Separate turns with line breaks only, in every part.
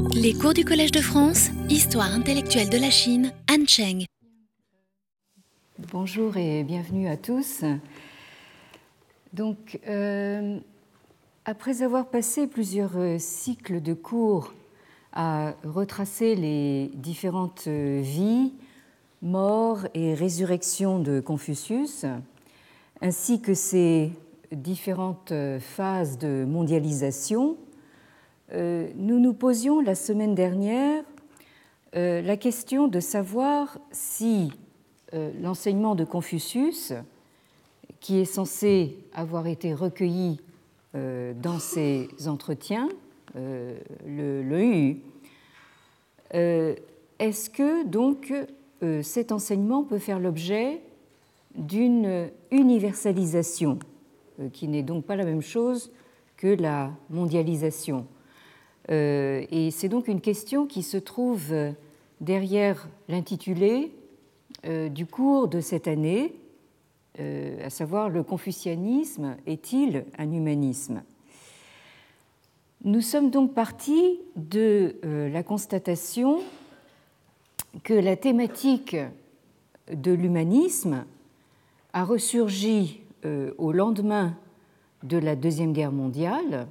Les cours du Collège de France, Histoire intellectuelle de la Chine, Han Cheng.
Bonjour et bienvenue à tous. Donc, après avoir passé plusieurs cycles de cours à retracer les différentes vies, morts et résurrections de Confucius, ainsi que ses différentes phases de mondialisation, nous nous posions la semaine dernière la question de savoir si l'enseignement de Confucius, qui est censé avoir été recueilli dans ces entretiens, le Yu, est-ce que donc cet enseignement peut faire l'objet d'une universalisation, qui n'est donc pas la même chose que la mondialisation. Et c'est donc une question qui se trouve derrière l'intitulé du cours de cette année, à savoir le confucianisme est-il un humanisme? Nous sommes donc partis de la constatation que la thématique de l'humanisme a ressurgi au lendemain de la Deuxième Guerre mondiale,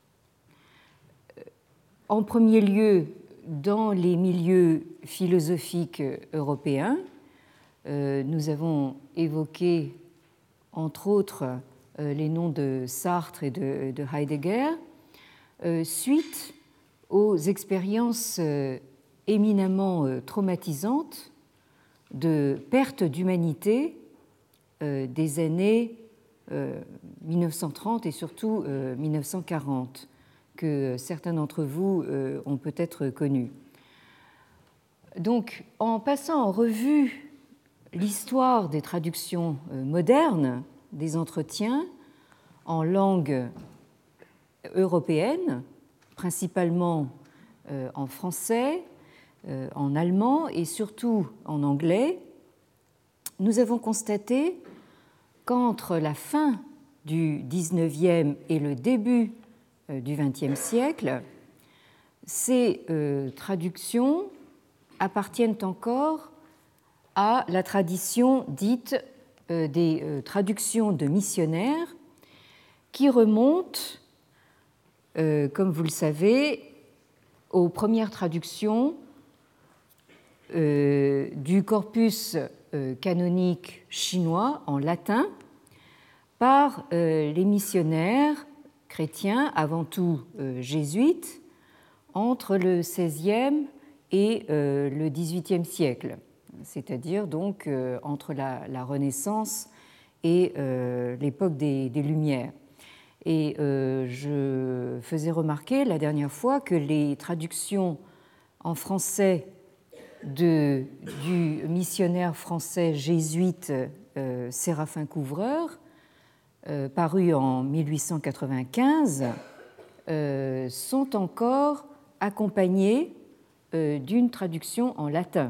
en premier lieu dans les milieux philosophiques européens. Nous avons évoqué, entre autres, les noms de Sartre et de Heidegger, suite aux expériences éminemment traumatisantes de perte d'humanité des années 1930 et surtout 1940, que certains d'entre vous ont peut-être connu. Donc, en passant en revue l'histoire des traductions modernes des entretiens en langue européenne, principalement en français, en allemand et surtout en anglais, nous avons constaté qu'entre la fin du XIXe et le début du XXe siècle, ces traductions appartiennent encore à la tradition dite des traductions de missionnaires qui remontent, comme vous le savez, aux premières traductions du corpus canonique chinois en latin par les missionnaires chrétiens, avant tout jésuites, entre le XVIe et le XVIIIe siècle, c'est-à-dire donc entre la Renaissance et l'époque des Lumières. Et je faisais remarquer la dernière fois que les traductions en français du missionnaire français jésuite Séraphin Couvreur, paru en 1895, sont encore accompagnés d'une traduction en latin.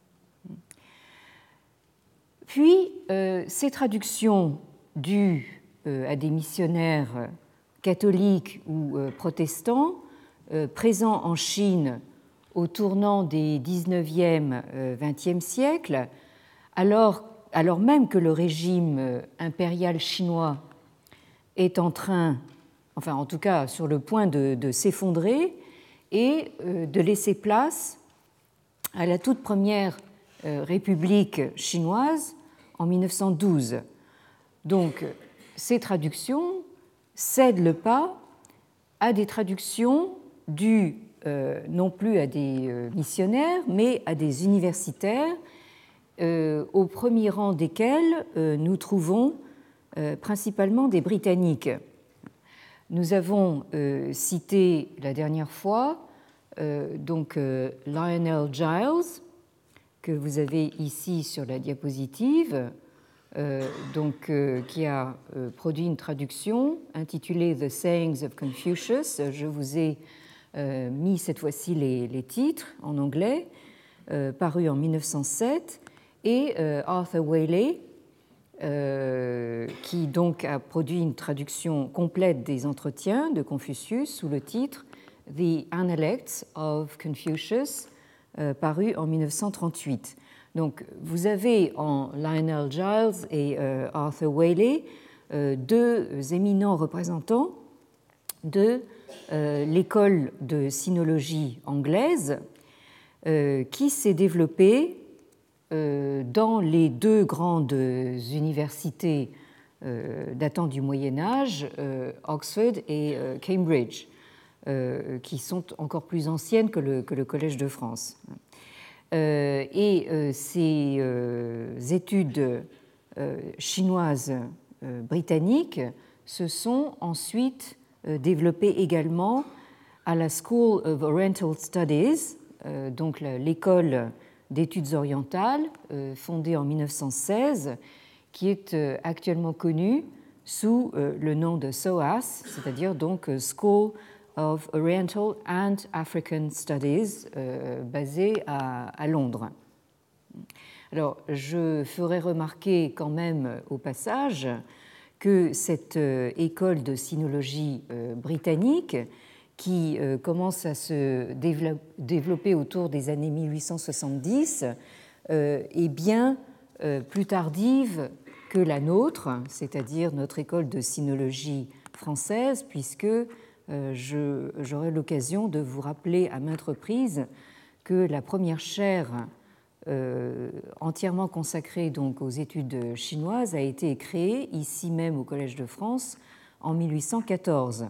Puis, ces traductions dues à des missionnaires catholiques ou protestants présents en Chine au tournant des 19e, 20e siècles, alors même que le régime impérial chinois est en train, enfin en tout cas sur le point de s'effondrer et de laisser place à la toute première République chinoise en 1912. Donc ces traductions cèdent le pas à des traductions dues non plus à des missionnaires, mais à des universitaires, au premier rang desquels nous trouvons principalement des Britanniques. Nous avons cité la dernière fois Lionel Giles, que vous avez ici sur la diapositive, qui a produit une traduction intitulée The Sayings of Confucius. Je vous ai mis cette fois-ci les titres en anglais, paru en 1907, et Arthur Waley, qui donc a produit une traduction complète des entretiens de Confucius sous le titre The Analects of Confucius, paru en 1938. Donc, vous avez en Lionel Giles et Arthur Waley deux éminents représentants de l'école de sinologie anglaise qui s'est développée dans les deux grandes universités datant du Moyen Âge, Oxford et Cambridge, qui sont encore plus anciennes que le Collège de France. Et ces études chinoises britanniques se sont ensuite développées également à la School of Oriental Studies, donc l'école d'études orientales, fondée en 1916, qui est actuellement connue sous le nom de SOAS, c'est-à-dire donc School of Oriental and African Studies, basée à Londres. Alors, je ferai remarquer quand même au passage que cette école de sinologie britannique, qui commence à se développer autour des années 1870, est bien plus tardive que la nôtre, c'est-à-dire notre école de sinologie française, puisque j'aurai l'occasion de vous rappeler à maintes reprises que la première chaire entièrement consacrée donc aux études chinoises a été créée ici même au Collège de France en 1814.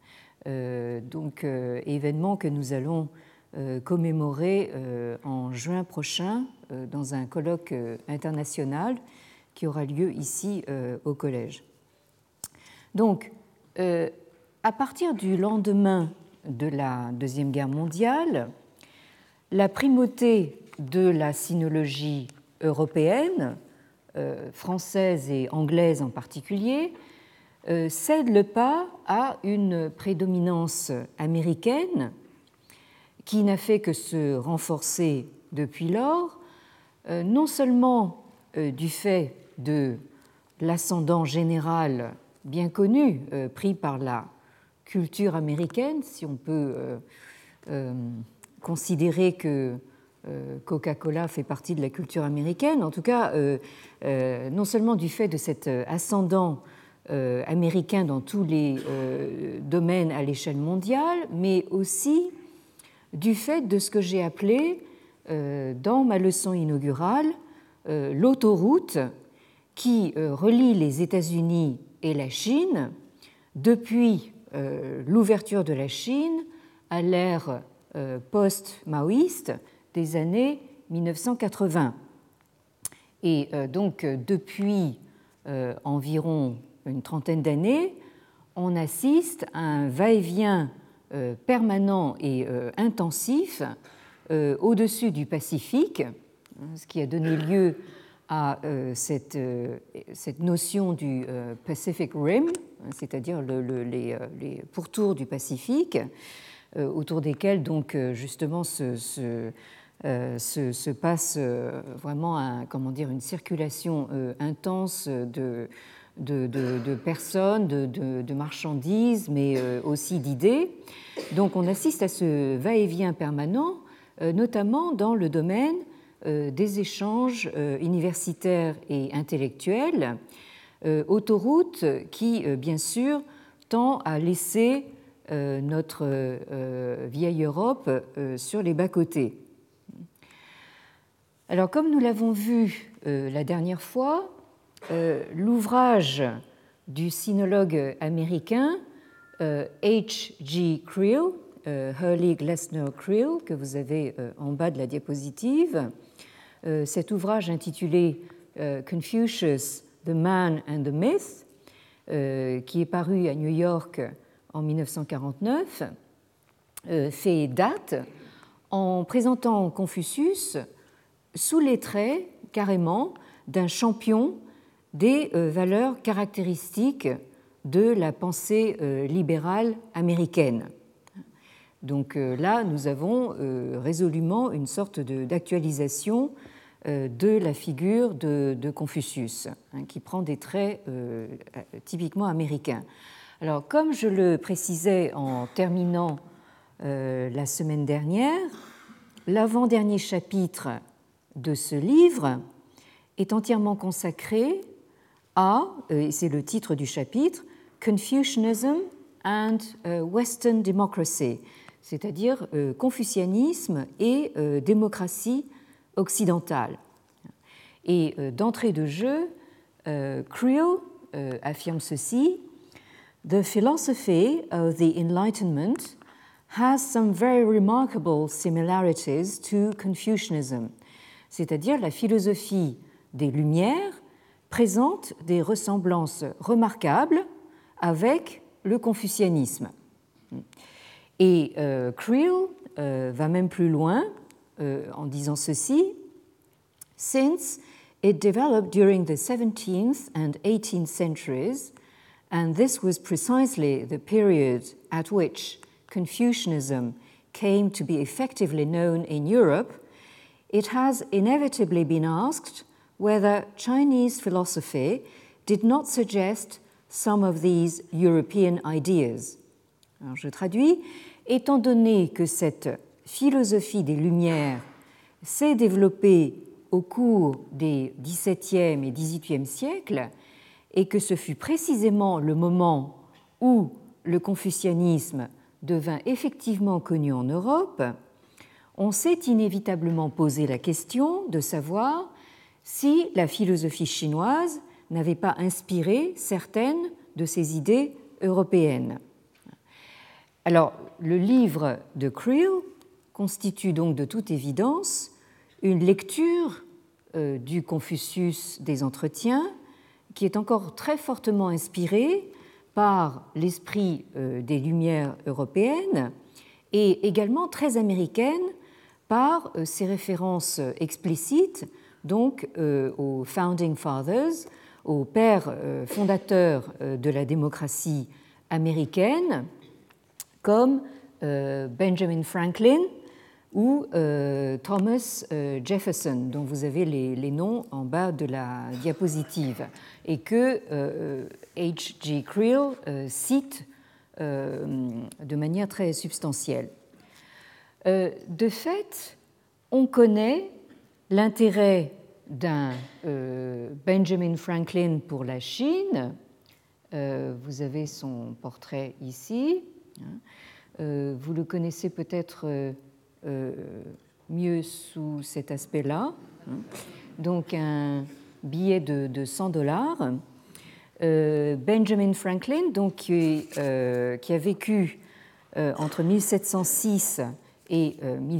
Événement que nous allons commémorer en juin prochain dans un colloque international qui aura lieu ici au Collège. Donc, à partir du lendemain de la Deuxième Guerre mondiale, la primauté de la sinologie européenne, française et anglaise en particulier, cède le pas à une prédominance américaine qui n'a fait que se renforcer depuis lors, non seulement du fait de l'ascendant général bien connu pris par la culture américaine, si on peut considérer que Coca-Cola fait partie de la culture américaine, en tout cas, non seulement du fait de cet ascendant américain dans tous les domaines à l'échelle mondiale, mais aussi du fait de ce que j'ai appelé dans ma leçon inaugurale l'autoroute qui relie les États-Unis et la Chine depuis l'ouverture de la Chine à l'ère post-maoïste des années 1980. Et donc depuis environ une trentaine d'années, on assiste à un va-et-vient permanent et intensif au-dessus du Pacifique, ce qui a donné lieu à cette notion du Pacific Rim, c'est-à-dire les pourtours du Pacifique, autour desquels donc justement se passe vraiment une circulation intense de personnes, de marchandises, mais aussi d'idées. Donc on assiste à ce va-et-vient permanent, notamment dans le domaine des échanges universitaires et intellectuels, autoroute qui, bien sûr, tend à laisser notre vieille Europe sur les bas-côtés. Alors, comme nous l'avons vu la dernière fois, l'ouvrage du sinologue américain H.G. Creel, Hurley Glessner Creel, que vous avez en bas de la diapositive, cet ouvrage intitulé Confucius, The Man and the Myth, qui est paru à New York en 1949, fait date en présentant Confucius sous les traits carrément d'un champion des valeurs caractéristiques de la pensée libérale américaine. Donc là, nous avons résolument une sorte d'actualisation de la figure de Confucius, qui prend des traits typiquement américains. Alors, comme je le précisais en terminant la semaine dernière, l'avant-dernier chapitre de ce livre est entièrement consacré à, et c'est le titre du chapitre, Confucianism and Western Democracy, c'est-à-dire confucianisme et démocratie occidentale. Et d'entrée de jeu, Creel affirme ceci: The philosophy of the Enlightenment has some very remarkable similarities to Confucianism, c'est-à-dire la philosophie des Lumières présente des ressemblances remarquables avec le confucianisme. Et Creel va même plus loin en disant ceci: Since it developed during the 17th and 18th centuries, and this was precisely the period at which Confucianism came to be effectively known in Europe, it has inevitably been asked whether Chinese philosophy did not suggest some of these European ideas. Alors je traduis: étant donné que cette philosophie des Lumières s'est développée au cours des XVIIe et XVIIIe siècles, et que ce fut précisément le moment où le confucianisme devint effectivement connu en Europe, on s'est inévitablement posé la question de savoir si la philosophie chinoise n'avait pas inspiré certaines de ces idées européennes. Alors, le livre de Creel constitue donc de toute évidence une lecture du Confucius des Entretiens qui est encore très fortement inspiré par l'esprit des Lumières européennes et également très américaine par ses références explicites donc aux Founding Fathers, aux pères fondateurs de la démocratie américaine, comme Benjamin Franklin ou Thomas Jefferson, dont vous avez les noms en bas de la diapositive, et que H.G. Creel cite de manière très substantielle. De fait, on connaît l'intérêt d'un Benjamin Franklin pour la Chine. Vous avez son portrait ici. Vous le connaissez peut-être mieux sous cet aspect-là. Donc un billet de $100. Benjamin Franklin, donc, qui a vécu entre 1706 et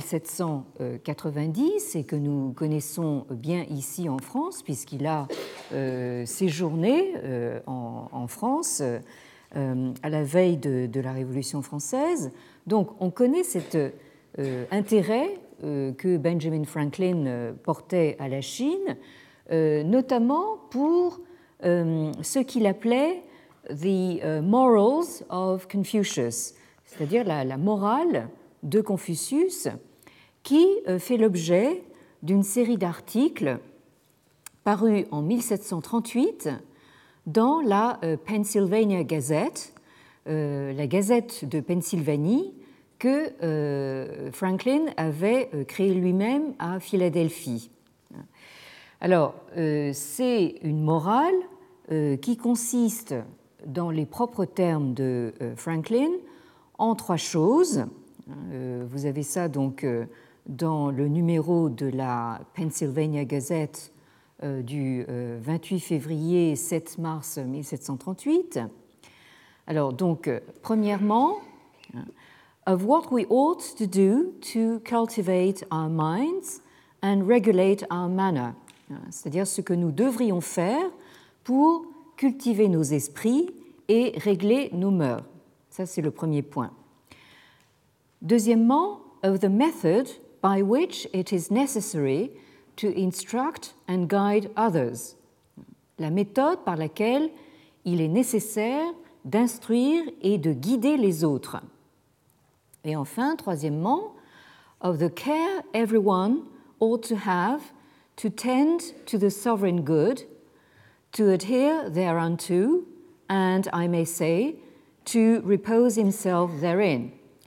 1790 et que nous connaissons bien ici en France puisqu'il a séjourné en France à la veille de la Révolution française. Donc on connaît cet intérêt que Benjamin Franklin portait à la Chine, notamment pour ce qu'il appelait the morals of Confucius, c'est-à-dire la morale de Confucius, qui fait l'objet d'une série d'articles parus en 1738 dans la Pennsylvania Gazette, la Gazette de Pennsylvanie que Franklin avait créée lui-même à Philadelphie. Alors, c'est une morale qui consiste, dans les propres termes de Franklin, en trois choses. Vous avez ça donc dans le numéro de la Pennsylvania Gazette du 28 février 7 mars 1738. Alors donc, premièrement, of what we ought to do to cultivate our minds and regulate our manner, c'est-à-dire ce que nous devrions faire pour cultiver nos esprits et régler nos mœurs. Ça, c'est le premier point. Deuxièmement, of the method by which it is necessary to instruct and guide others, la méthode par laquelle il est nécessaire d'instruire et de guider les autres. Et enfin, troisièmement, of the care everyone ought to have to tend to the sovereign good, to adhere thereunto, and I may say, to repose himself therein.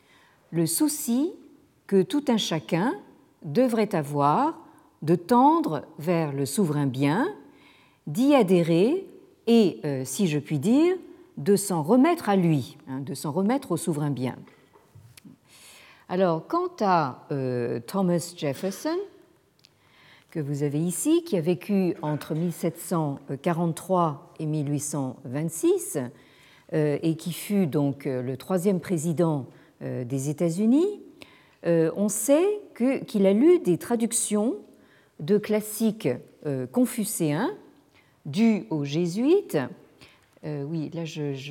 le souci que tout un chacun devrait avoir de tendre vers le souverain bien, d'y adhérer et, si je puis dire, de s'en remettre à lui, de s'en remettre au souverain bien. Alors, quant à Thomas Jefferson, que vous avez ici, qui a vécu entre 1743 et 1826 et qui fut donc le troisième président des États-Unis, on sait qu'il a lu des traductions de classiques confucéens dus aux jésuites. Oui, là,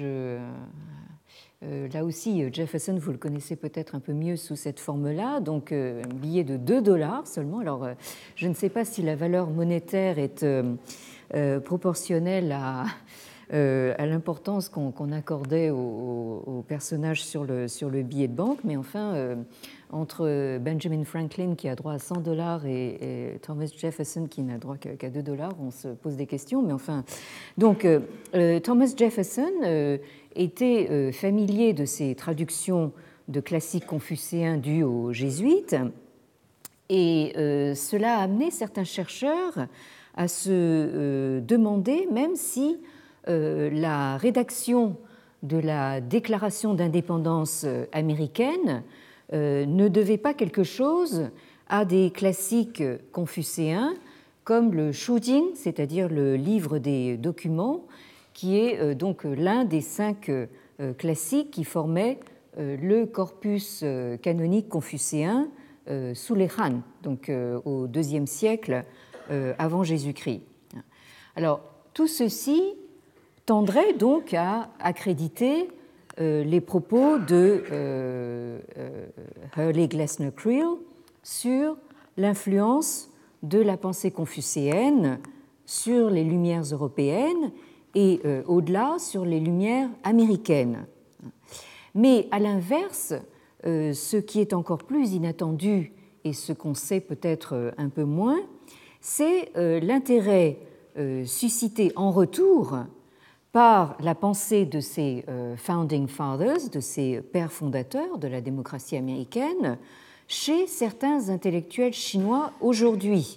là aussi, Jefferson, vous le connaissez peut-être un peu mieux sous cette forme-là, donc un billet de $2 seulement. Alors, je ne sais pas si la valeur monétaire est proportionnelle à l'importance qu'on accordait au personnage sur le billet de banque, mais enfin, entre Benjamin Franklin qui a droit à $100 et Thomas Jefferson qui n'a droit qu'à $2, on se pose des questions, mais enfin, donc Thomas Jefferson était familier de ces traductions de classiques confucéens dus aux jésuites, et cela a amené certains chercheurs à se demander même si la rédaction de la Déclaration d'indépendance américaine ne devait pas quelque chose à des classiques confucéens comme le Shujing, c'est-à-dire le livre des documents, qui est donc l'un des 5 classiques qui formaient le corpus canonique confucéen sous les Han, donc au IIe siècle avant Jésus-Christ. Alors, tout ceci tendrait donc à accréditer les propos de Hurley Glessner Creel sur l'influence de la pensée confucéenne sur les Lumières européennes et au-delà sur les Lumières américaines. Mais à l'inverse, ce qui est encore plus inattendu et ce qu'on sait peut-être un peu moins, c'est l'intérêt suscité en retour par la pensée de ces Founding Fathers, de ces pères fondateurs de la démocratie américaine, chez certains intellectuels chinois aujourd'hui,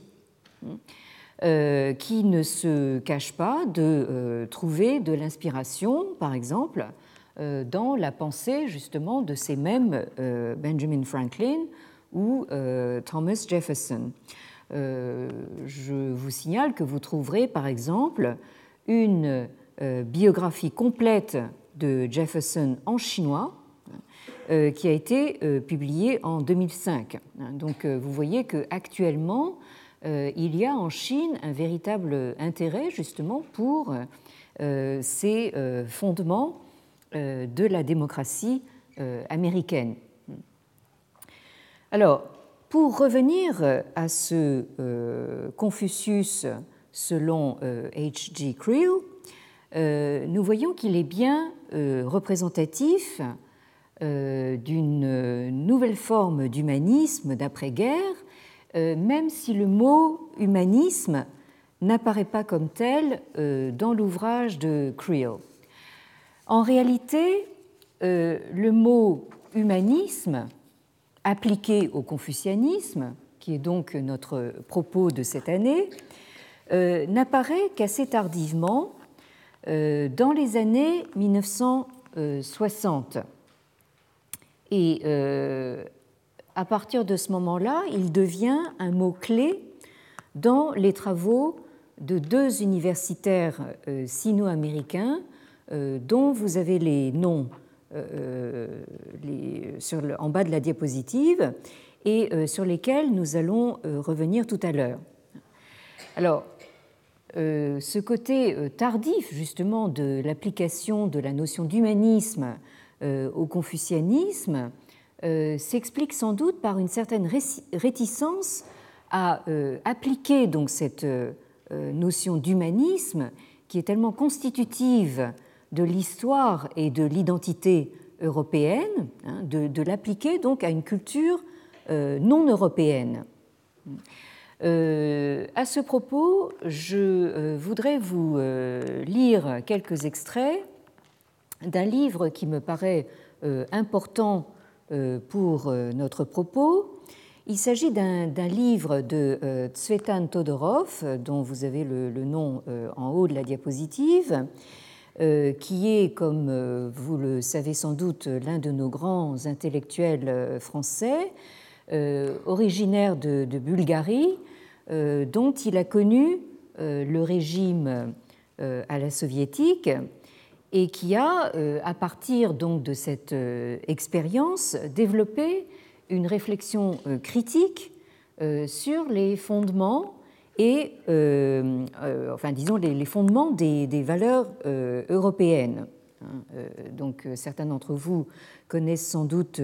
qui ne se cachent pas de trouver de l'inspiration, par exemple, dans la pensée justement de ces mêmes Benjamin Franklin ou Thomas Jefferson. Je vous signale que vous trouverez, par exemple, une biographie complète de Jefferson en chinois qui a été publiée en 2005. Donc vous voyez qu'actuellement, il y a en Chine un véritable intérêt justement pour ces fondements de la démocratie américaine. Alors, pour revenir à ce Confucius selon H.G. Creel, nous voyons qu'il est bien représentatif d'une nouvelle forme d'humanisme d'après-guerre, même si le mot humanisme n'apparaît pas comme tel dans l'ouvrage de Creel. En réalité, le mot humanisme appliqué au confucianisme, qui est donc notre propos de cette année, n'apparaît qu'assez tardivement, dans les années 1960. Et à partir de ce moment-là, il devient un mot-clé dans les travaux de 2 universitaires sino-américains dont vous avez les noms en bas de la diapositive et sur lesquels nous allons revenir tout à l'heure. Alors, ce côté tardif justement de l'application de la notion d'humanisme au confucianisme s'explique sans doute par une certaine réticence à appliquer donc cette notion d'humanisme qui est tellement constitutive de l'histoire et de l'identité européenne, de l'appliquer donc à une culture non européenne. À ce propos, je voudrais vous lire quelques extraits d'un livre qui me paraît important pour notre propos. Il s'agit d'un livre de Tsvetan Todorov, dont vous avez le nom en haut de la diapositive, qui est, comme vous le savez sans doute, l'un de nos grands intellectuels français, originaire de Bulgarie, dont il a connu le régime à la soviétique et qui a, à partir donc de cette expérience, développé une réflexion critique sur les fondements et, enfin, disons, les fondements des valeurs européennes. Donc, certains d'entre vous connaissent sans doute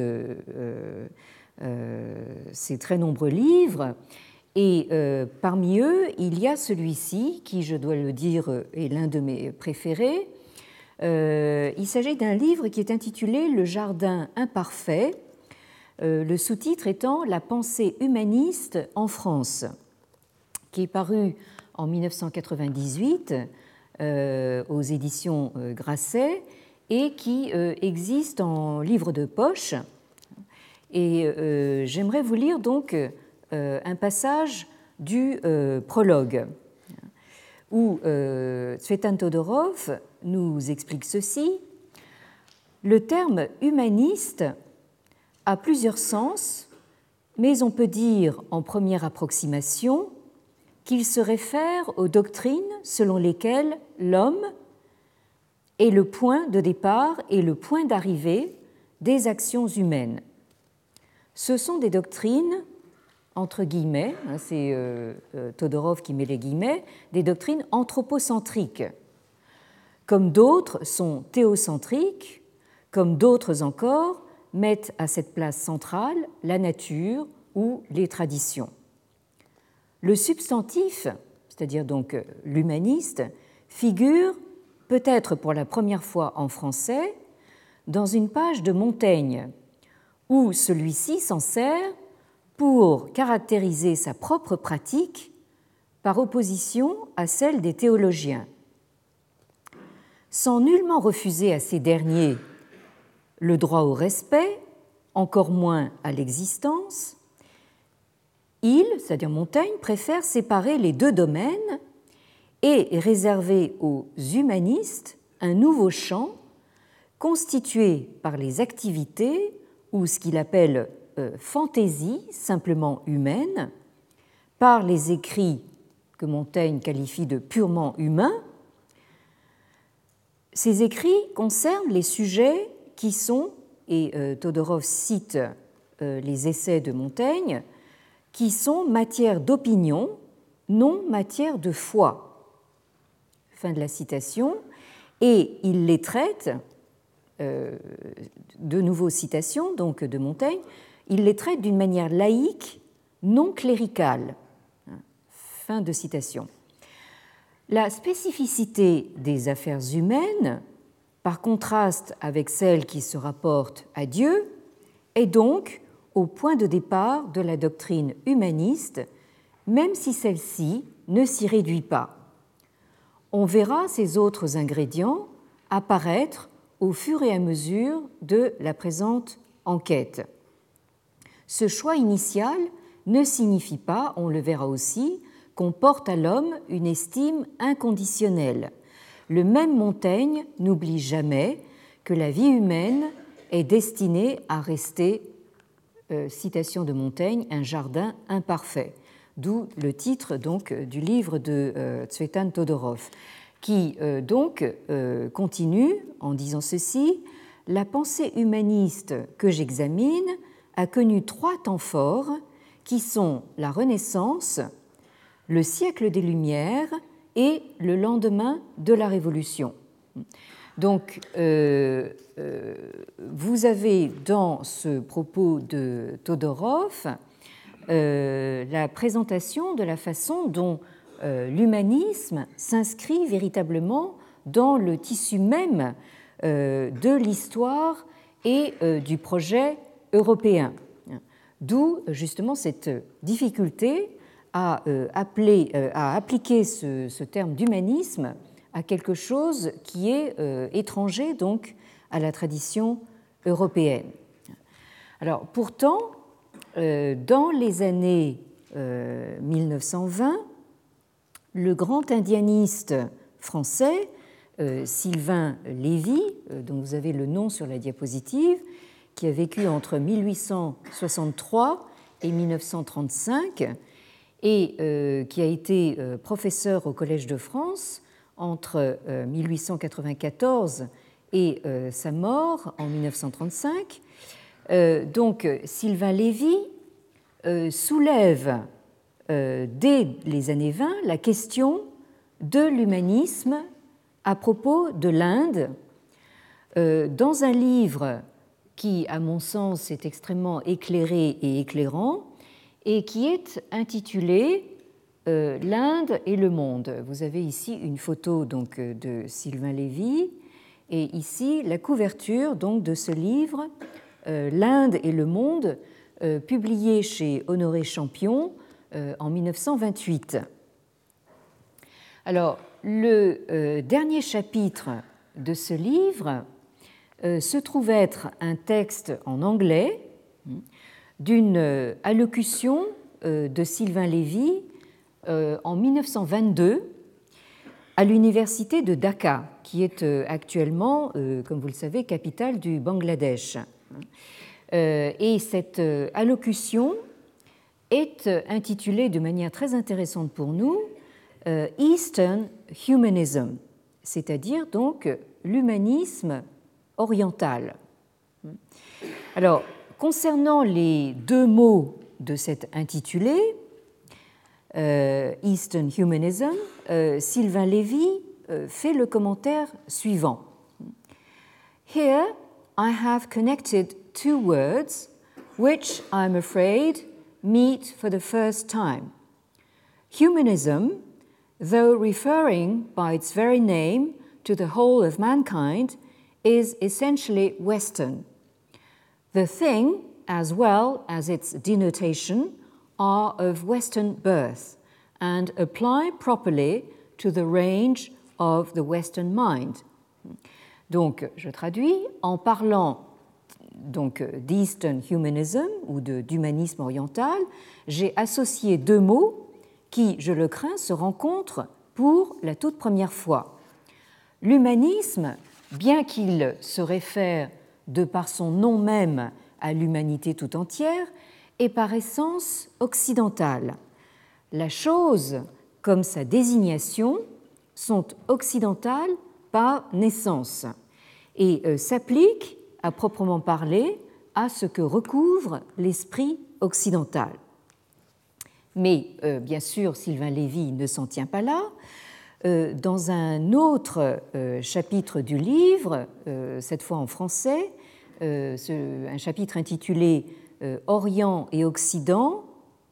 ces très nombreux livres, et parmi eux, il y a celui-ci, qui, je dois le dire, est l'un de mes préférés. Il s'agit d'un livre qui est intitulé « Le jardin imparfait », le sous-titre étant « La pensée humaniste en France », qui est paru en 1998 aux éditions Grasset et qui existe en livre de poche. Et j'aimerais vous lire donc un passage du prologue où Tsvetan Todorov nous explique ceci. Le terme humaniste a plusieurs sens, mais on peut dire en première approximation qu'il se réfère aux doctrines selon lesquelles l'homme est le point de départ et le point d'arrivée des actions humaines. Ce sont des doctrines, entre guillemets, c'est Todorov qui met les guillemets, des doctrines anthropocentriques, comme d'autres sont théocentriques, comme d'autres encore mettent à cette place centrale la nature ou les traditions. Le substantif, c'est-à-dire donc l'humaniste, figure, peut-être pour la première fois en français, dans une page de Montaigne, où celui-ci s'en sert pour caractériser sa propre pratique par opposition à celle des théologiens. Sans nullement refuser à ces derniers le droit au respect, encore moins à l'existence, il, c'est-à-dire Montaigne, préfère séparer les deux domaines et réserver aux humanistes un nouveau champ constitué par les activités ou ce qu'il appelle fantaisie simplement humaine, par les écrits que Montaigne qualifie de purement humains. Ces écrits concernent les sujets qui sont, et Todorov cite les essais de Montaigne, qui sont matière d'opinion, non matière de foi. Fin de la citation. Et il les traite, de nouveau citation donc de Montaigne, il les traite d'une manière laïque, non cléricale. Fin de citation. La spécificité des affaires humaines, par contraste avec celle qui se rapporte à Dieu, est donc au point de départ de la doctrine humaniste, même si celle-ci ne s'y réduit pas. On verra ces autres ingrédients apparaître au fur et à mesure de la présente enquête. Ce choix initial ne signifie pas, on le verra aussi, qu'on porte à l'homme une estime inconditionnelle. Le même Montaigne n'oublie jamais que la vie humaine est destinée à rester, citation de Montaigne, un jardin imparfait, d'où le titre donc du livre de Tsvetan Todorov, qui donc continue en disant ceci: la pensée humaniste que j'examine a connu 3 temps forts qui sont la Renaissance, le siècle des Lumières et le lendemain de la Révolution. Donc, vous avez dans ce propos de Todorov la présentation de la façon dont l'humanisme s'inscrit véritablement dans le tissu même de l'histoire et du projet européen. D'où justement cette difficulté à appliquer ce terme d'humanisme à quelque chose qui est étranger donc à la tradition européenne. Alors, pourtant, dans les années 1920, le grand indianiste français, Sylvain Lévy, dont vous avez le nom sur la diapositive, qui a vécu entre 1863 et 1935 et qui a été professeur au Collège de France entre 1894 et sa mort en 1935. Donc Sylvain Lévy soulève dès les années 20 la question de l'humanisme à propos de l'Inde dans un livre qui, à mon sens, est extrêmement éclairé et éclairant et qui est intitulé L'Inde et le monde. Vous avez ici une photo donc de Sylvain Lévy et ici la couverture donc de ce livre L'Inde et le monde, publié chez Honoré Champion en 1928. Alors, le dernier chapitre de ce livre se trouve être un texte en anglais d'une allocution de Sylvain Lévy en 1922 à l'université de Dhaka, qui est actuellement, comme vous le savez, capitale du Bangladesh. Et cette allocution est intitulée de manière très intéressante pour nous Eastern Humanism, c'est-à-dire donc l'humanisme oriental. Alors, concernant les deux mots de cet intitulé, Eastern Humanism, Sylvain Lévy fait le commentaire suivant. Here I have connected two words which I'm afraid meet for the first time. Humanism, though referring by its very name to the whole of mankind, is essentially Western. The thing, as well as its denotation, are of Western birth and apply properly to the range of the Western mind. Donc, je traduis, en parlant donc d'Eastern Humanism ou d'humanisme oriental, j'ai associé deux mots qui, je le crains, se rencontrent pour la toute première fois. L'humanisme, bien qu'il se réfère de par son nom même à l'humanité tout entière, est par essence occidentale. La chose, comme sa désignation, sont occidentales par naissance et s'appliquent, à proprement parler, à ce que recouvre l'esprit occidental. Mais, bien sûr, Sylvain Lévy ne s'en tient pas là. Dans un autre chapitre du livre, cette fois en français, un chapitre intitulé Orient et Occident,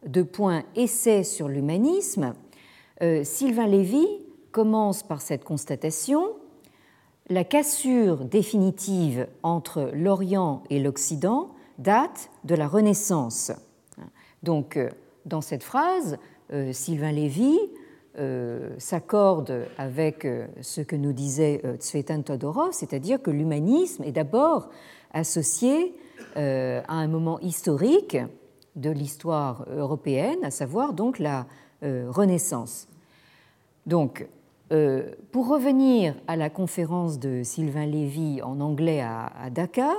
essai sur l'humanisme, Sylvain Lévy commence par cette constatation: la cassure définitive entre l'Orient et l'Occident date de la Renaissance. Donc, dans cette phrase, Sylvain Lévy s'accorde avec ce que nous disait Tsvetan Todorov, c'est-à-dire que l'humanisme est d'abord associé à un moment historique de l'histoire européenne, à savoir donc la Renaissance. Donc, pour revenir à la conférence de Sylvain Lévy en anglais à Dhaka,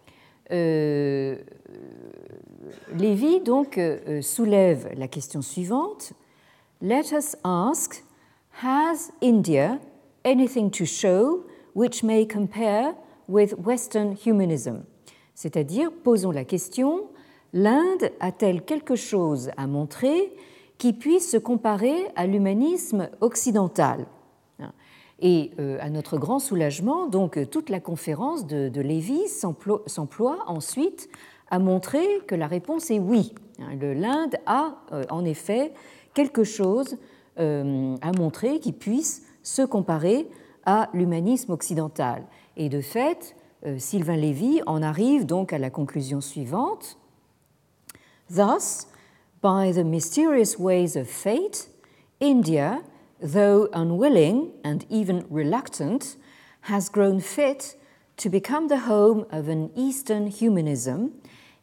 Lévy donc soulève la question suivante: Let us ask, has India anything to show which may compare with Western humanism? C'est-à-dire, posons la question, l'Inde a-t-elle quelque chose à montrer qui puisse se comparer à l'humanisme occidental? Et à notre grand soulagement, donc toute la conférence de Lévy s'emploie ensuite à montrer que la réponse est oui. L'Inde a en effet quelque chose à montrer qui puisse se comparer à l'humanisme occidental. Et de fait, Sylvain Lévy en arrive donc à la conclusion suivante. Thus, by the mysterious ways of fate, India, though unwilling and even reluctant, has grown fit to become the home of an Eastern humanism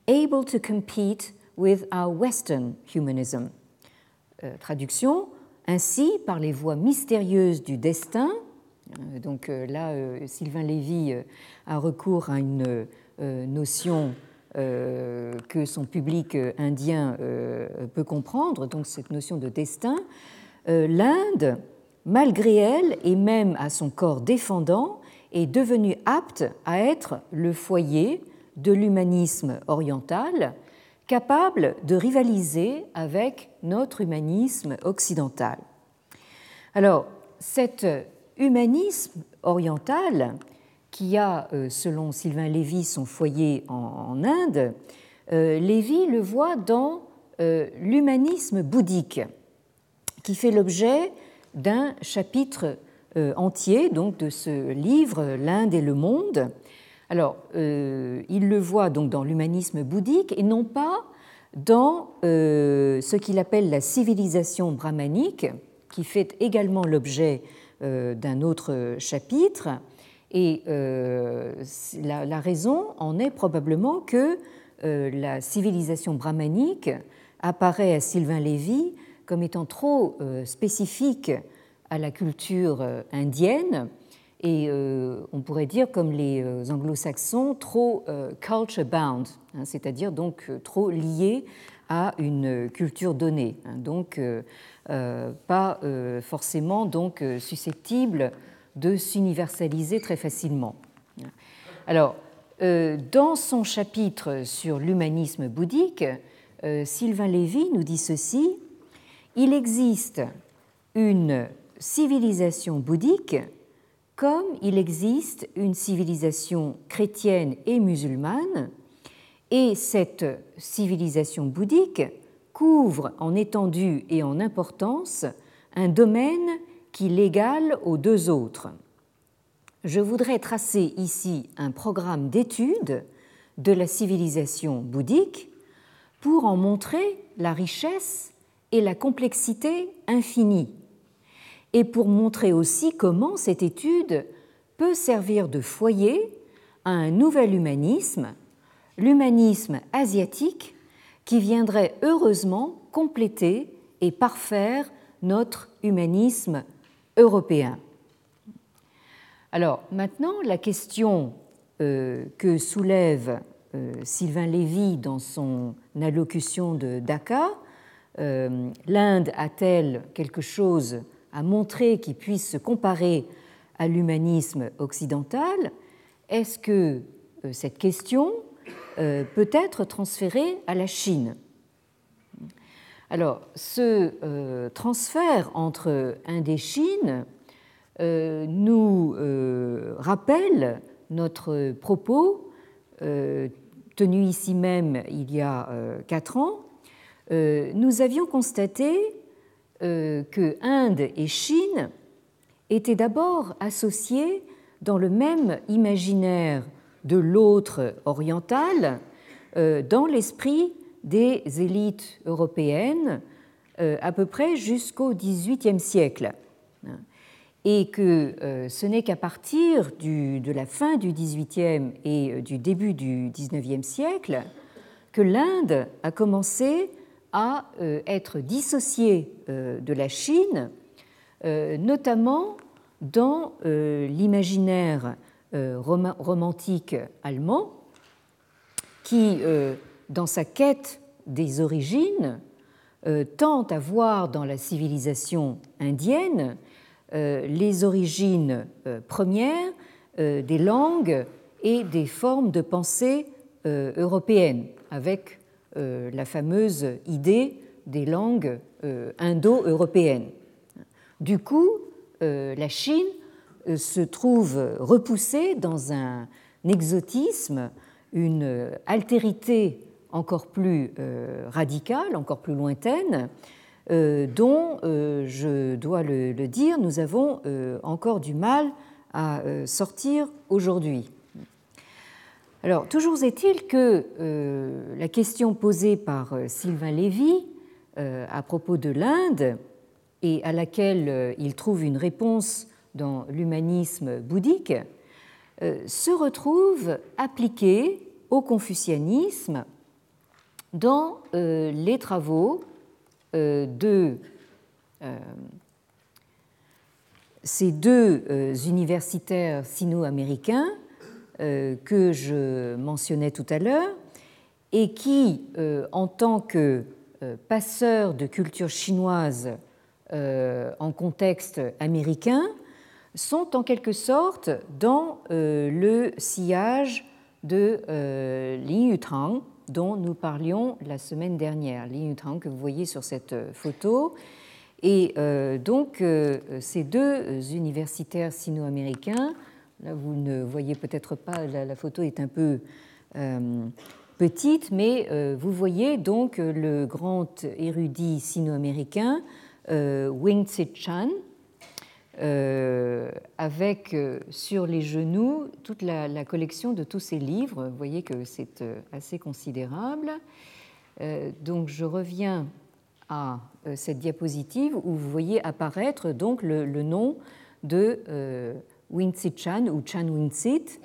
able to compete with our Western humanism. Traduction, ainsi, par les voies mystérieuses du destin, donc là, Sylvain Lévy a recours à une notion que son public indien peut comprendre, donc cette notion de destin, l'Inde, malgré elle et même à son corps défendant, est devenue apte à être le foyer de l'humanisme oriental, capable de rivaliser avec notre humanisme occidental. Alors, cet humanisme oriental, qui a, selon Sylvain Lévy, son foyer en Inde, Lévy le voit dans l'humanisme bouddhique, qui fait l'objet d'un chapitre entier donc, de ce livre, L'Inde et le monde. Alors, il le voit donc dans l'humanisme bouddhique et non pas dans ce qu'il appelle la civilisation brahmanique, qui fait également l'objet d'un autre chapitre. Et la raison en est probablement que la civilisation brahmanique apparaît à Sylvain Lévy comme étant trop spécifique à la culture indienne et on pourrait dire comme les anglo-saxons trop culture bound, hein, c'est-à-dire donc trop liée à une culture donnée, hein, donc pas forcément donc susceptible de s'universaliser très facilement. Alors, dans son chapitre sur l'humanisme bouddhique, Sylvain Lévy nous dit ceci: il existe une civilisation bouddhique comme il existe une civilisation chrétienne et musulmane, et cette civilisation bouddhique couvre en étendue et en importance un domaine qui l'égale aux deux autres. Je voudrais tracer ici un programme d'étude de la civilisation bouddhique pour en montrer la richesse et la complexité infinie, et pour montrer aussi comment cette étude peut servir de foyer à un nouvel humanisme, l'humanisme asiatique, qui viendrait heureusement compléter et parfaire notre humanisme européen. Alors maintenant, la question que soulève Sylvain Lévy dans son allocution de Dhaka, l'Inde a-t-elle quelque chose à montrer qui puisse se comparer à l'humanisme occidental? Est-ce que cette question peut être transférée à la Chine? Alors, ce transfert entre Inde et Chine nous rappelle notre propos tenu ici même il y a 4 ans. Nous avions constaté que Inde et Chine étaient d'abord associées dans le même imaginaire de l'autre oriental, dans l'esprit des élites européennes à peu près jusqu'au XVIIIe siècle, et que ce n'est qu'à partir de la fin du XVIIIe et du début du XIXe siècle que l'Inde a commencé à être dissociée de la Chine, notamment dans l'imaginaire romantique allemand, qui, dans sa quête des origines, tente à voir dans la civilisation indienne les origines premières des langues et des formes de pensée européennes, avec la fameuse idée des langues indo-européennes. Du coup, la Chine se trouve repoussée dans un exotisme, une altérité encore plus radicale, encore plus lointaine, dont, je dois le dire, nous avons encore du mal à sortir aujourd'hui. Alors, toujours est-il que la question posée par Sylvain Lévy à propos de l'Inde, et à laquelle il trouve une réponse dans l'humanisme bouddhique, se retrouve appliquée au confucianisme dans les travaux de ces deux universitaires sino-américains que je mentionnais tout à l'heure et qui, en tant que passeurs de culture chinoise en contexte américain, sont en quelque sorte dans le sillage de Lin Yutang, dont nous parlions la semaine dernière. Lin Yutang que vous voyez sur cette photo. Et donc, ces deux universitaires sino-américains, là vous ne voyez peut-être pas, la photo est un peu petite, mais vous voyez donc le grand érudit sino-américain Wing-Tsit Chan, avec sur les genoux toute la collection de tous ses livres. Vous voyez que c'est assez considérable. Donc je reviens à cette diapositive où vous voyez apparaître donc le nom de Wing-Tsit Chan ou Chan Wing-Tsit.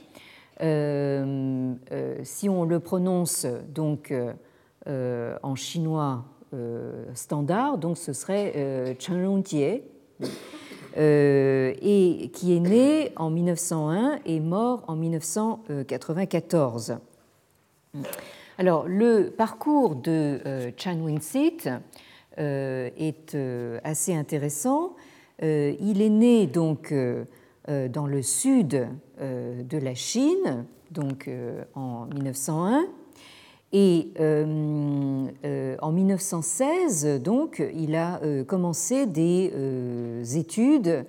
Si on le prononce donc en chinois standard, donc ce serait Chen Longjie, et qui est né en 1901 et mort en 1994. Alors, le parcours de Chan Wing-Tsit est assez intéressant. Il est né donc dans le sud de la Chine, donc en 1901, et en 1916, donc, il a commencé des études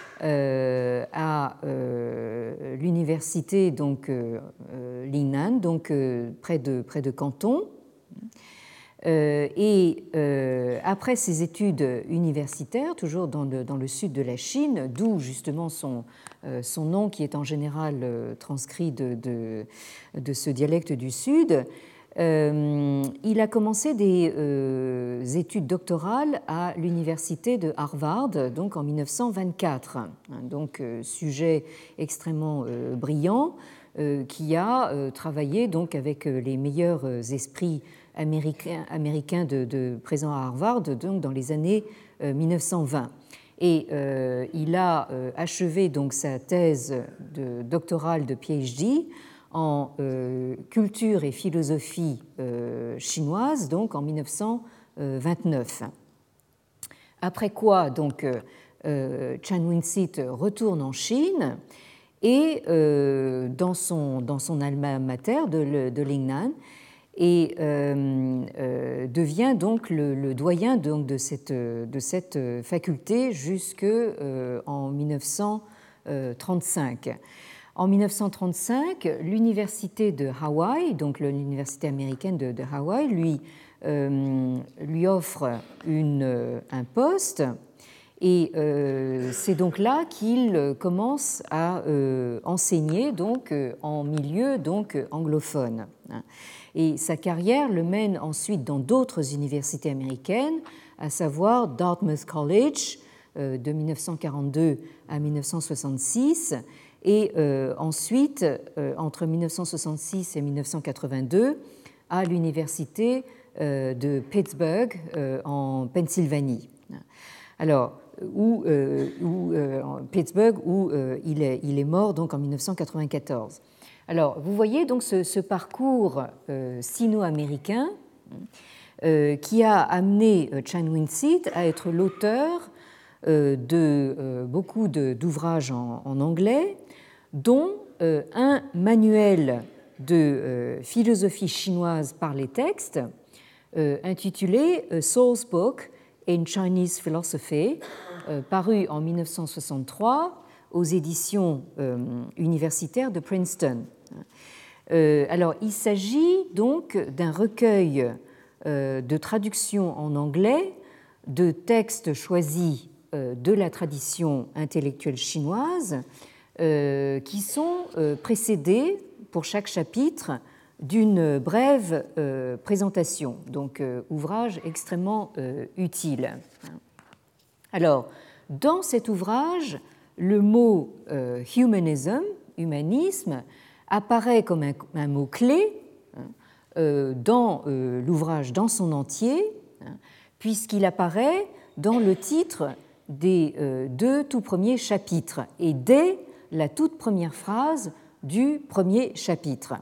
à l'université donc Lingnan, donc près de Canton. Et après ses études universitaires, toujours dans le sud de la Chine, d'où justement son nom qui est en général transcrit de ce dialecte du sud, il a commencé des études doctorales à l'université de Harvard, donc en 1924. Donc sujet extrêmement brillant, qui a travaillé donc avec les meilleurs esprits américains de présents à Harvard, donc dans les années 1920. Et il a achevé donc sa thèse doctorale de PhD en culture et philosophie chinoise, donc en 1929. Après quoi, donc, Chan Wing-Tsit retourne en Chine et dans son alma mater de Lingnan, et devient donc le doyen donc de cette faculté jusqu'en 1935. En 1935, l'université de Hawaï, donc l'université américaine de Hawaï, lui offre un poste, et c'est donc là qu'il commence à enseigner donc en milieu donc anglophone. Et sa carrière le mène ensuite dans d'autres universités américaines, à savoir Dartmouth College de 1942 à 1966, et ensuite, entre 1966 et 1982, à l'université de Pittsburgh en Pennsylvanie. Alors, Pittsburgh, où il est mort donc en 1994. Alors, vous voyez donc ce parcours sino-américain qui a amené Chan Wing-Tsit à être l'auteur de beaucoup d'ouvrages en anglais, dont un manuel de philosophie chinoise par les textes intitulé Soul's Book in Chinese Philosophy, paru en 1963 aux éditions universitaires de Princeton. Alors, il s'agit donc d'un recueil de traductions en anglais de textes choisis de la tradition intellectuelle chinoise qui sont précédés pour chaque chapitre d'une brève présentation, donc ouvrage extrêmement utile. Alors, dans cet ouvrage, le mot humanism, apparaît comme un mot-clé dans l'ouvrage dans son entier, puisqu'il apparaît dans le titre des deux tout premiers chapitres et dès la toute première phrase du premier chapitre.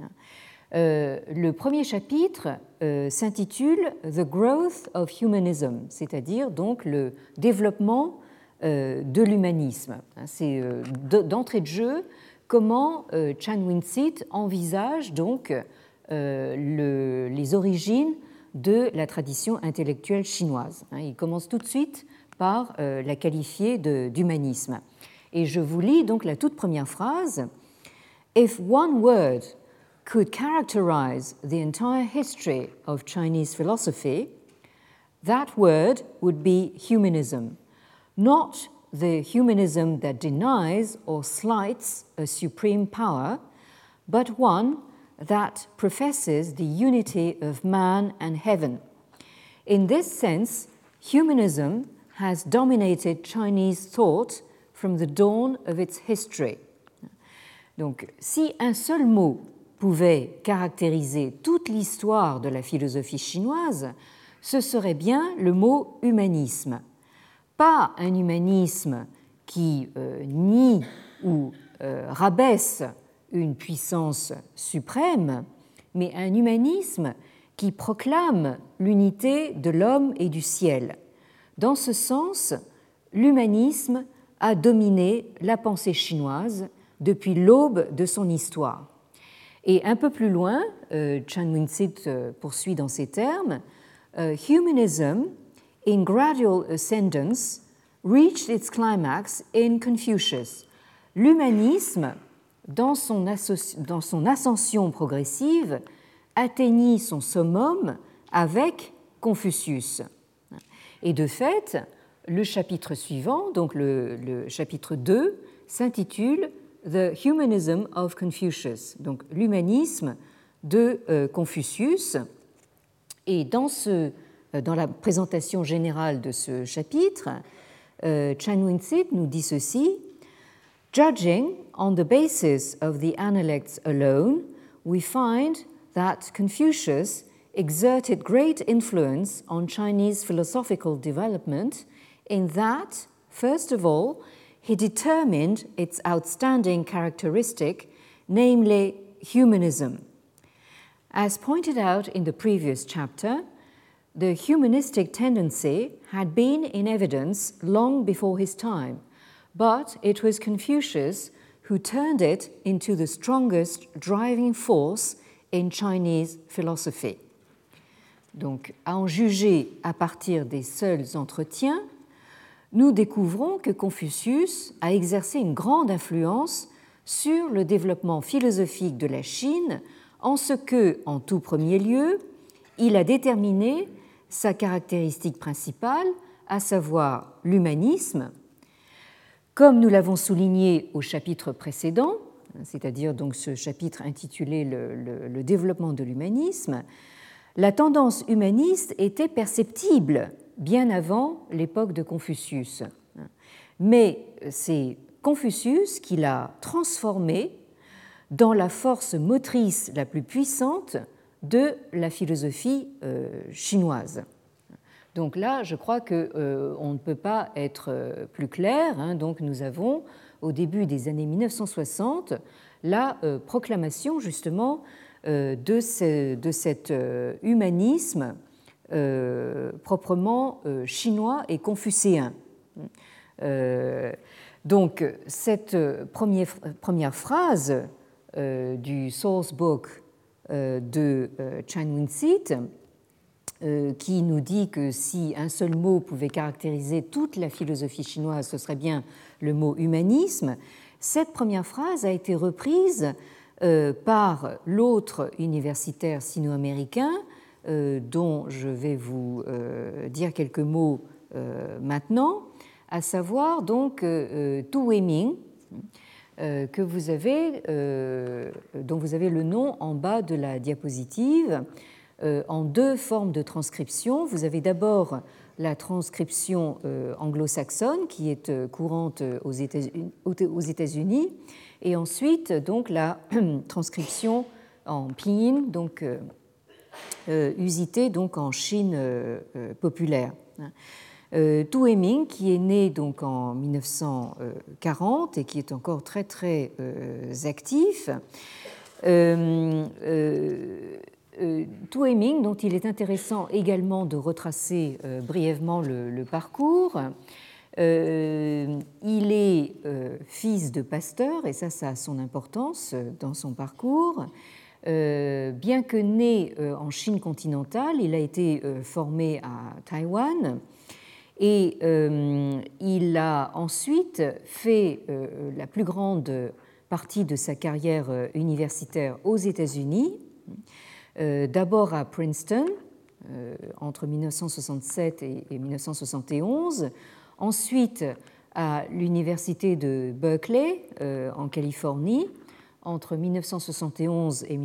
Le premier chapitre s'intitule The Growth of Humanism, c'est-à-dire donc le développement de l'humanisme. C'est d'entrée de jeu comment Chan Win-sit envisage donc les origines de la tradition intellectuelle chinoise. Il commence tout de suite par la qualifier d'humanisme. Et je vous lis donc la toute première phrase. If one word could characterize the entire history of Chinese philosophy, that word would be humanism, not the humanism that denies or slights a supreme power, but one that professes the unity of man and heaven. In this sense, humanism has dominated Chinese thought from the dawn of its history. Donc, si un seul mot pouvait caractériser toute l'histoire de la philosophie chinoise, ce serait bien le mot humanisme. Pas un humanisme qui nie ou rabaisse une puissance suprême, mais un humanisme qui proclame l'unité de l'homme et du ciel. Dans ce sens, l'humanisme a dominé la pensée chinoise depuis l'aube de son histoire. Et un peu plus loin, Chan Win-sit poursuit dans ces termes, Humanism, in gradual ascendance, reached its climax in Confucius. L'humanisme, dans son ascension progressive, atteignit son summum avec Confucius. Et de fait, le chapitre suivant, donc le chapitre 2, s'intitule The Humanism of Confucius, donc l'humanisme de Confucius. Et dans la présentation générale de ce chapitre, Chan Win-sit nous dit ceci. Judging on the basis of the Analects alone, we find that Confucius exerted great influence on Chinese philosophical development in that, first of all, he determined its outstanding characteristic, namely humanism. As pointed out in the previous chapter, the humanistic tendency had been in evidence long before his time, but it was Confucius who turned it into the strongest driving force in Chinese philosophy. Donc, à en juger à partir des seuls entretiens, nous découvrons que Confucius a exercé une grande influence sur le développement philosophique de la Chine, en ce que, en tout premier lieu, il a déterminé sa caractéristique principale, à savoir l'humanisme. Comme nous l'avons souligné au chapitre précédent, c'est-à-dire donc ce chapitre intitulé le développement de l'humanisme, la tendance humaniste était perceptible bien avant l'époque de Confucius. Mais c'est Confucius qui l'a transformée dans la force motrice la plus puissante de la philosophie chinoise. Donc là, je crois qu'on ne peut pas être plus clair. Donc nous avons, au début des années 1960, la proclamation justement de cet humanisme proprement chinois et confucéen. Donc cette première phrase du source book de Chan Win-sit, qui nous dit que si un seul mot pouvait caractériser toute la philosophie chinoise, ce serait bien le mot humanisme. Cette première phrase a été reprise par l'autre universitaire sino-américain dont je vais vous dire quelques mots maintenant, à savoir donc Tu Weiming, dont vous avez le nom en bas de la diapositive, en deux formes de transcription. Vous avez d'abord la transcription anglo-saxonne qui est courante aux États-Unis, et ensuite donc la transcription en pinyin, donc usité donc en Chine populaire. Tu Heming, qui est né donc en 1940 et qui est encore très très actif. Tu Heming, dont il est intéressant également de retracer brièvement le parcours. Il est fils de pasteur, et ça a son importance dans son parcours. Bien que né en Chine continentale, il a été formé à Taïwan et il a ensuite fait la plus grande partie de sa carrière universitaire aux États-Unis, d'abord à Princeton entre 1967 et 1971, ensuite à l'université de Berkeley en Californie entre 1971 et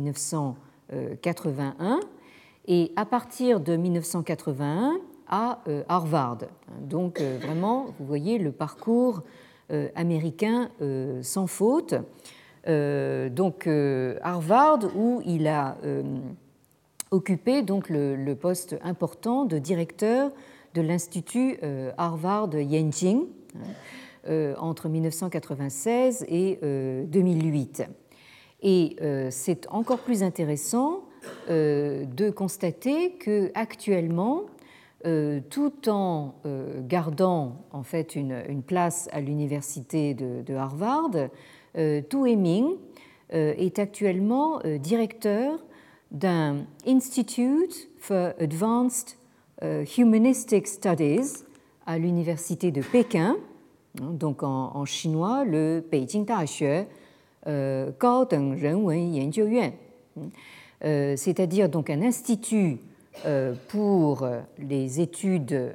1981, et à partir de 1981 à Harvard. Donc vraiment, vous voyez le parcours américain sans faute. Donc Harvard, où il a occupé donc le poste important de directeur de l'Institut Harvard-Yenching entre 1996 et 2008. Et c'est encore plus intéressant de constater qu'actuellement, tout en gardant en fait une place à l'université de Harvard, Tu Heming est actuellement directeur d'un Institute for Advanced Humanistic Studies à l'université de Pékin, donc en chinois le Beijing Daxue Gaodeng Renwen Yanjiuyuan, c'est-à-dire donc un institut pour les études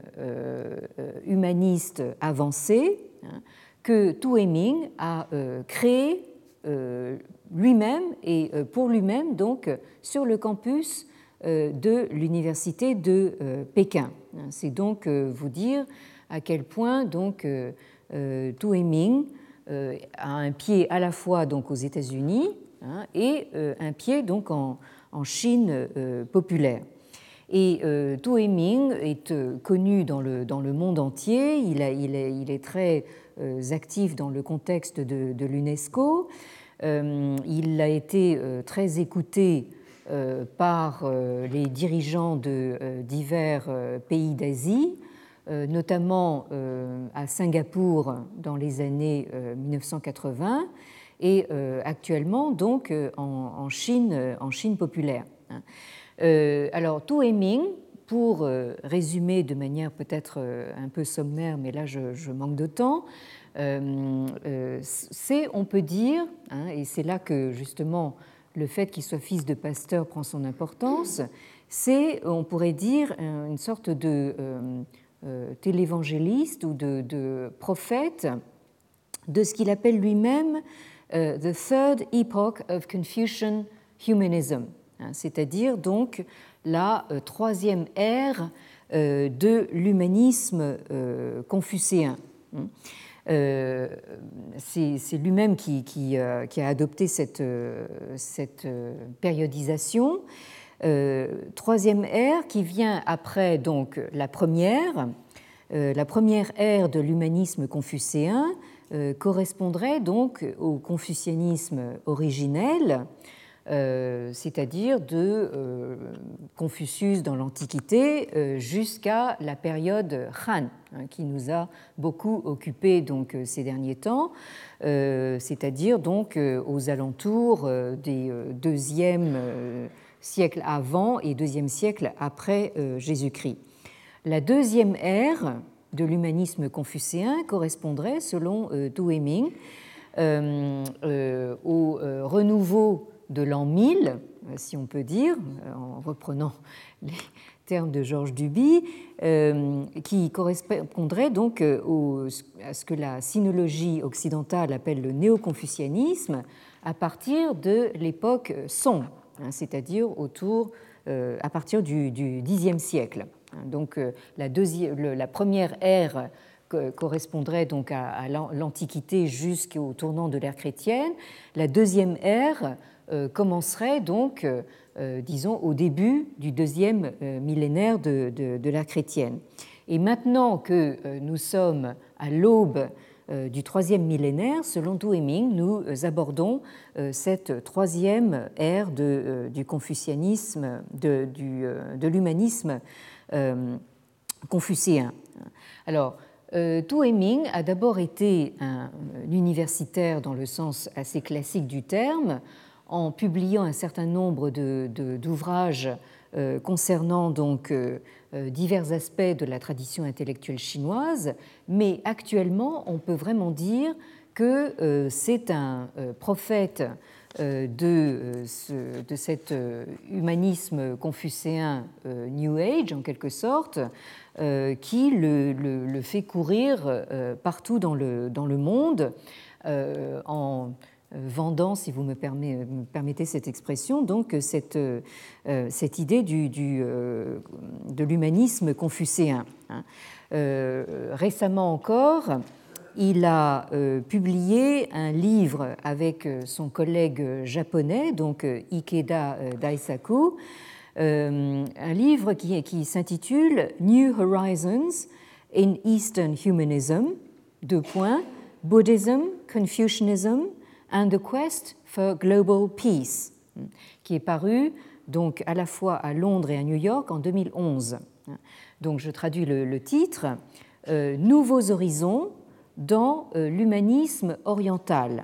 humanistes avancées que Tu Heming a créé lui-même et pour lui-même donc sur le campus de l'université de Pékin. C'est donc vous dire à quel point donc Tu Heming a un pied à la fois donc aux États-Unis et un pied donc en Chine populaire. Et Tu Heming est connu dans le monde entier. Il est très actif dans le contexte de l'UNESCO. Il a été très écouté par les dirigeants de divers pays d'Asie, notamment à Singapour dans les années 1980 et actuellement donc en Chine populaire. Alors Tu Heming, pour résumer de manière peut-être un peu sommaire, mais là je manque de temps, c'est, on peut dire, et c'est là que justement le fait qu'il soit fils de pasteur prend son importance, c'est, on pourrait dire, une sorte de télévangéliste ou de prophète de ce qu'il appelle lui-même The Third Epoch of Confucian Humanism, c'est-à-dire donc la troisième ère de l'humanisme confucéen. C'est lui-même qui a adopté cette périodisation. Troisième ère qui vient après donc la première ère de l'humanisme confucéen correspondrait donc au confucianisme originel, c'est-à-dire de Confucius dans l'Antiquité jusqu'à la période Han, qui nous a beaucoup occupés donc ces derniers temps, c'est-à-dire donc aux alentours des deuxième siècle avant et deuxième siècle après Jésus-Christ. La deuxième ère de l'humanisme confucéen correspondrait, selon Tu Heming, au renouveau de l'an 1000, si on peut dire, en reprenant les termes de Georges Duby, qui correspondrait donc à ce que la sinologie occidentale appelle le néo-confucianisme à partir de l'époque Song, c'est-à-dire à partir du Xe siècle. Donc la première ère correspondrait donc à l'Antiquité jusqu'au tournant de l'ère chrétienne. La deuxième ère commencerait donc disons, au début du deuxième millénaire de l'ère chrétienne. Et maintenant que nous sommes à l'aube du troisième millénaire, selon Du Heming, nous abordons cette troisième ère du confucianisme, de l'humanisme confucéen. Alors, Du Heming a d'abord été un universitaire dans le sens assez classique du terme, en publiant un certain nombre d'ouvrages concernant donc divers aspects de la tradition intellectuelle chinoise, mais actuellement, on peut vraiment dire que c'est un prophète de cet humanisme confucéen New Age, en quelque sorte, qui le fait courir partout dans le monde en vendant, si vous me permettez cette expression, donc cette idée de l'humanisme confucéen. Récemment encore, il a publié un livre avec son collègue japonais, donc Ikeda Daisaku, un livre qui s'intitule New Horizons in Eastern Humanism, Buddhism, Confucianism and the Quest for Global Peace, qui est paru donc à la fois à Londres et à New York en 2011. Donc je traduis le titre, Nouveaux horizons dans l'humanisme oriental,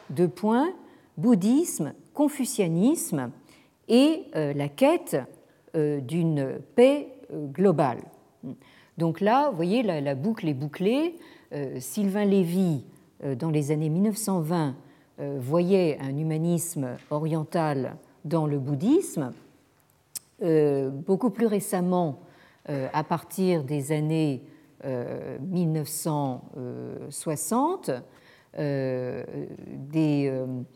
bouddhisme, confucianisme et la quête d'une paix globale. Donc là, vous voyez, la boucle est bouclée. Sylvain Lévy, dans les années 1920, voyait un humanisme oriental dans le bouddhisme. Beaucoup plus récemment, à partir des années 1960, des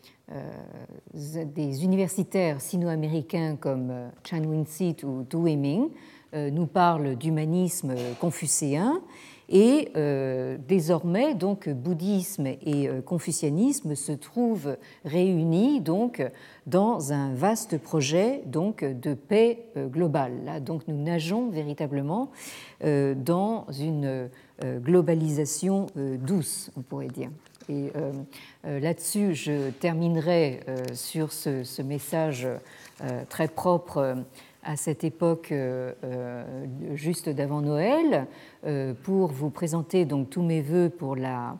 universitaires sino-américains comme Chan Win-sit ou Du Heming nous parlent d'humanisme confucéen. Et désormais, donc, bouddhisme et confucianisme se trouvent réunis donc, dans un vaste projet donc, de paix globale. Là, donc, nous nageons véritablement dans une globalisation douce, on pourrait dire. Et là-dessus, je terminerai sur ce message très propre à cette époque juste d'avant Noël, pour vous présenter donc tous mes vœux pour la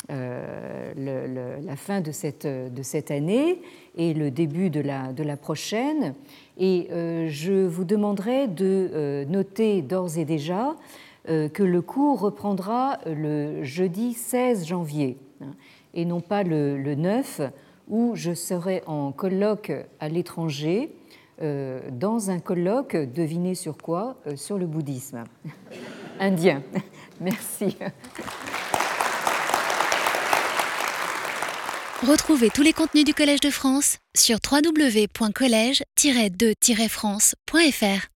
fin de cette année et le début de la prochaine. Et je vous demanderai de noter d'ores et déjà que le cours reprendra le jeudi 16 janvier et non pas le 9, où je serai en colloque à l'étranger, dans un colloque, devinez sur quoi? Sur le bouddhisme indien. Merci.
Retrouvez tous les contenus du Collège de France sur www.collège-2-france.fr.